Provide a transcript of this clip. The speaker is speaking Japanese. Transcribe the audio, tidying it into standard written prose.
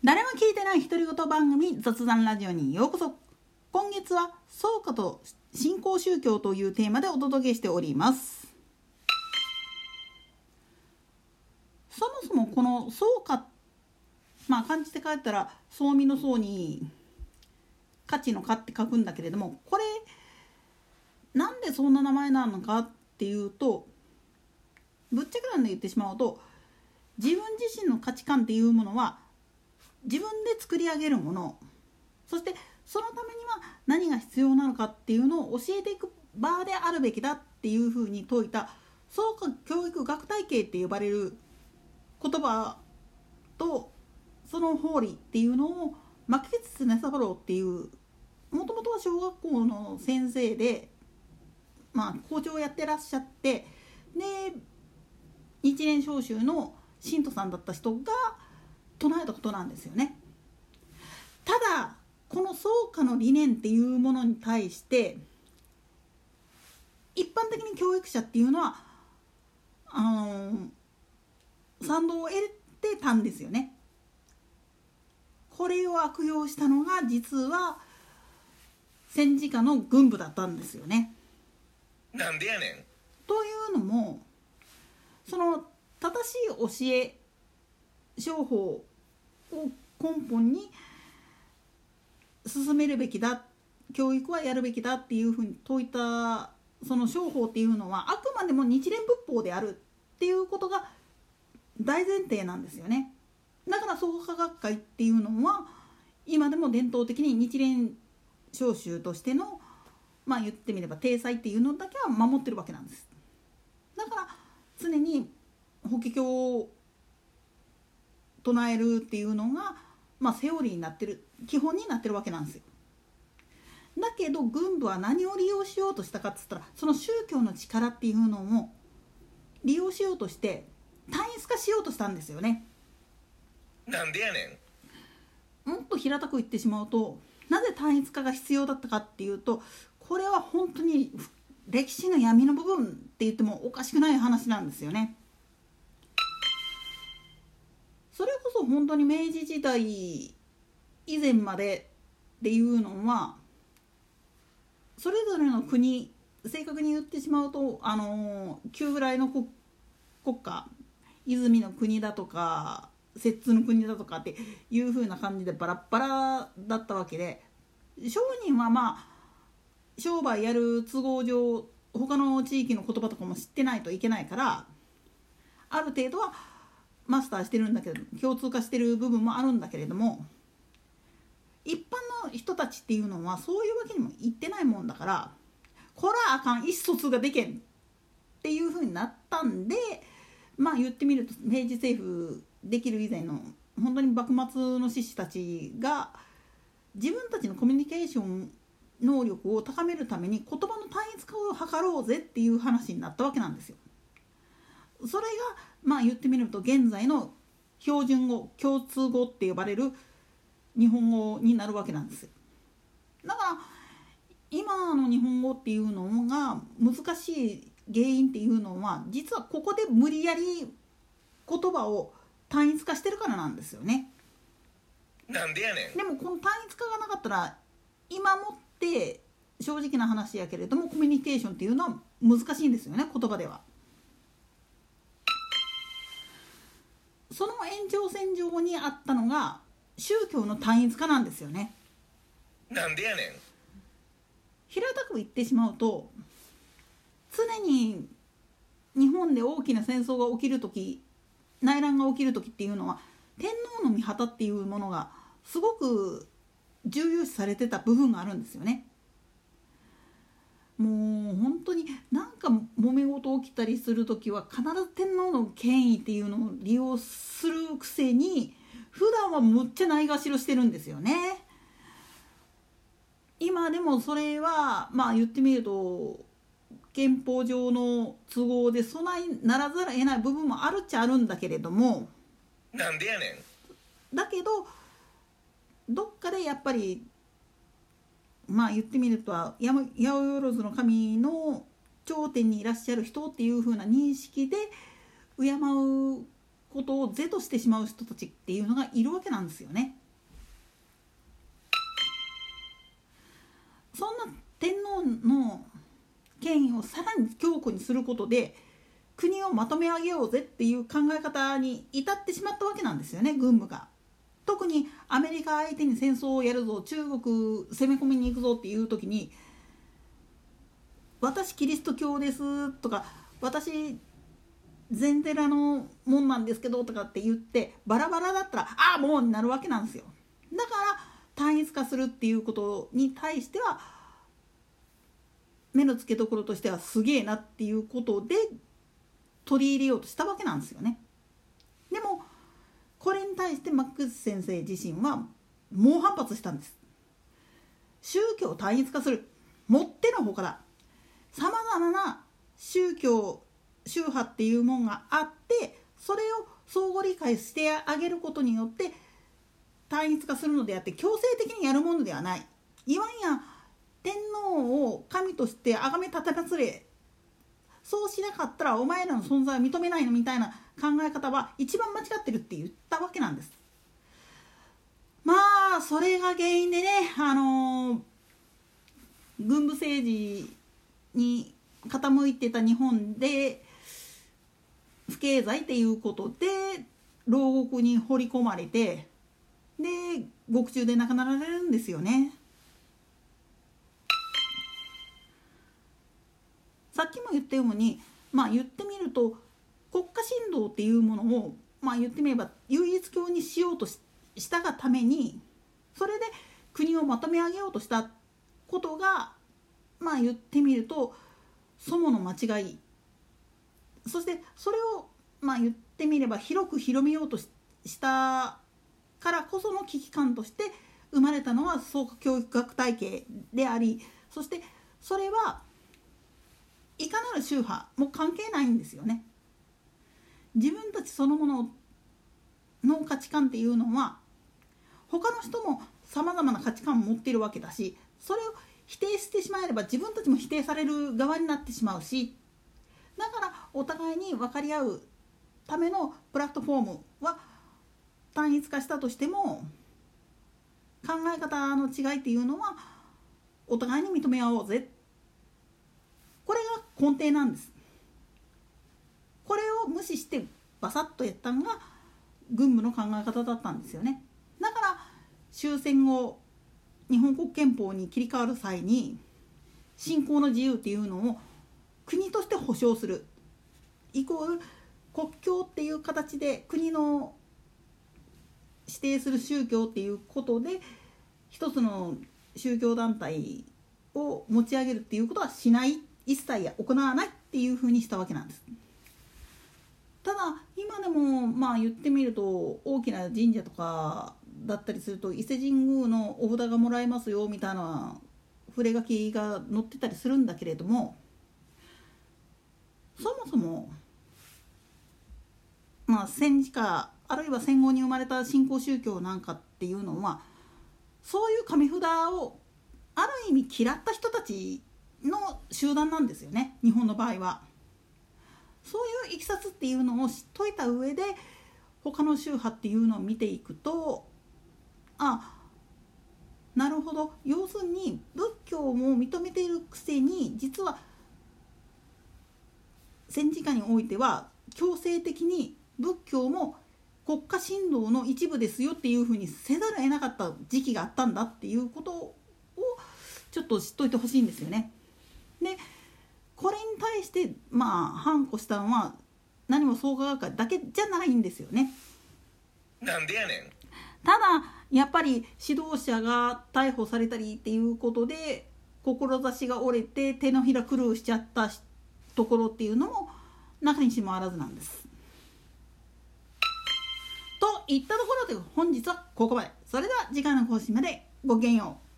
誰も聞いてない独り言番組雑談ラジオにようこそ。今月は創価と新興宗教というテーマでお届けしております。そもそもこの創価、漢字で書いたら創味の創に価値の価って書くんだけれども、これなんでそんな名前なのかっていうと、ぶっちゃけなんで言ってしまうと、自分自身の価値観っていうものは自分で作り上げるもの、そしてそのためには何が必要なのかっていうのを教えていく場であるべきだっていうふうに説いた創価教育学体系って呼ばれる言葉と、その法理っていうのを牧津根三郎っていう、もともとは小学校の先生で、校長をやってらっしゃって、で日蓮召集の信徒さんだった人が唱えたことなんですよね。ただこの創価の理念っていうものに対して一般的に教育者っていうのは賛同を得てたんですよね。これを悪用したのが実は戦時下の軍部だったんですよね。 なんでやねん。 というのも、その正しい教え商法を根本に進めるべきだ、教育はやるべきだっていうふうに説いたその商法っていうのは、あくまでも日蓮仏法であるっていうことが大前提なんですよね。だから創価学会っていうのは今でも伝統的に日蓮召集としての、言ってみれば体裁っていうのだけは守ってるわけなんです。だから常に法華経を唱えるっていうのが、セオリーになってる、基本になってるわけなんですよ。だけど軍部は何を利用しようとしたかっつったら、その宗教の力っていうのを利用しようとして単一化しようとしたんですよね。 なんでやねん。もっと平たく言ってしまうと、なぜ単一化が必要だったかっていうと、これは本当に歴史の闇の部分って言ってもおかしくない話なんですよね。それこそ本当に明治時代以前までっていうのは、それぞれの国、正確に言ってしまうと旧ぐらいの国家、泉の国だとか摂津の国だとかっていう風な感じでバラッバラだったわけで、商人は商売やる都合上他の地域の言葉とかも知ってないといけないから、ある程度はマスターしてるんだけど、共通化してる部分もあるんだけれども、一般の人たちっていうのはそういうわけにもいってないもんだから、こらあかん、意思疎通ができんっていう風になったんで、言ってみると明治政府できる以前の本当に幕末の志士たちが自分たちのコミュニケーション能力を高めるために言葉の単一化を図ろうぜっていう話になったわけなんですよ。それが言ってみると現在の標準語、共通語って呼ばれる日本語になるわけなんですよ。だから今の日本語っていうのが難しい原因っていうのは、実はここで無理やり言葉を単一化してるからなんですよね。 なんでやねん。 でもこの単一化がなかったら、今もって正直な話やけれどもコミュニケーションっていうのは難しいんですよね、言葉では。その延長線上にあったのが宗教の単一化なんですよね。 なんでやねん。 平たく言ってしまうと、常に日本で大きな戦争が起きるとき、内乱が起きるときっていうのは、天皇の御旗っていうものがすごく重要視されてた部分があるんですよね。もう本当に揉め事起きたりするときは必ず天皇の権威っていうのを利用するくせに、普段はむっちゃないがしろしてるんですよね。今でもそれは言ってみると憲法上の都合で備えならざるを得ない部分もあるっちゃあるんだけれども、 なんでやねん。 だけどどっかでやっぱり言ってみると八百万の神の頂点にいらっしゃる人っていう風な認識で敬うことを是としてしまう人たちっていうのがいるわけなんですよね。 そんな天皇の権威をさらに強固にすることで国をまとめ上げようぜっていう考え方に至ってしまったわけなんですよね、軍部が。特にアメリカ相手に戦争をやるぞ、中国攻め込みに行くぞっていう時に、私キリスト教ですとか、私禅寺の門なんですけどとかって言ってバラバラだったらああもうになるわけなんですよ。だから単一化するっていうことに対しては目の付けどころとしてはすげえなっていうことで取り入れようとしたわけなんですよね。でもこれに対してマックス先生自身は猛反発したんです。宗教を単一化する、もってのほかだ、さまざまな宗教宗派っていうもんがあって、それを相互理解してあげることによって単一化するのであって強制的にやるものではない。いわんや天皇を神として崇め立てまつれ、そうしなかったらお前らの存在を認めないのみたいな考え方は一番間違ってるって言ったわけなんです。まあそれが原因でね、軍部政治に傾いてた日本で不敬罪っていうことで牢獄に放り込まれて、で獄中で亡くなられるんですよね。さっきも言ったように、言ってみると国家神道っていうものを、言ってみれば唯一教にしようとしたがために、それで国をまとめ上げようとしたことが、言ってみると祖母の間違い、そしてそれを言ってみれば広く広めようとしたからこその危機感として生まれたのは創価教育学体系であり、そしてそれはいかなる宗派も関係ないんですよね。自分たちそのものの価値観っていうのは他の人もさまざまな価値観を持っているわけだし、それを否定してしまえれば自分たちも否定される側になってしまうし、だからお互いに分かり合うためのプラットフォームは単一化したとしても考え方の違いっていうのはお互いに認め合おうぜ、これが根底なんです。これを無視してバサッとやったのが軍部の考え方だったんですよね。だから終戦後日本国憲法に切り替わる際に信仰の自由っていうのを国として保障するイコール国教っていう形で国の指定する宗教っていうことで一つの宗教団体を持ち上げるっていうことはしない、一切行わないっていうふうにしたわけなんです。ただ今でも言ってみると大きな神社とかだったりすると伊勢神宮のお札がもらえますよみたいな触れ書きが載ってたりするんだけれども、そもそも戦時下あるいは戦後に生まれた新興宗教なんかっていうのはそういう紙札をある意味嫌った人たちの集団なんですよね、日本の場合は。そういういきさつっていうのを知っといた上で他の宗派っていうのを見ていくと、なるほど、要するに仏教も認めているくせに実は戦時下においては強制的に仏教も国家神道の一部ですよっていうふうにせざるを得なかった時期があったんだっていうことをちょっと知っといてほしいんですよね。でこれに対して反抗したのは何も創価学会だけじゃないんですよね。 なんでやねん。 ただやっぱり指導者が逮捕されたりっていうことで志が折れて手のひら狂うしちゃったところっていうのも中にしもあらずなんです。といったところで本日はここまで。それでは次回の更新までごきげんよう。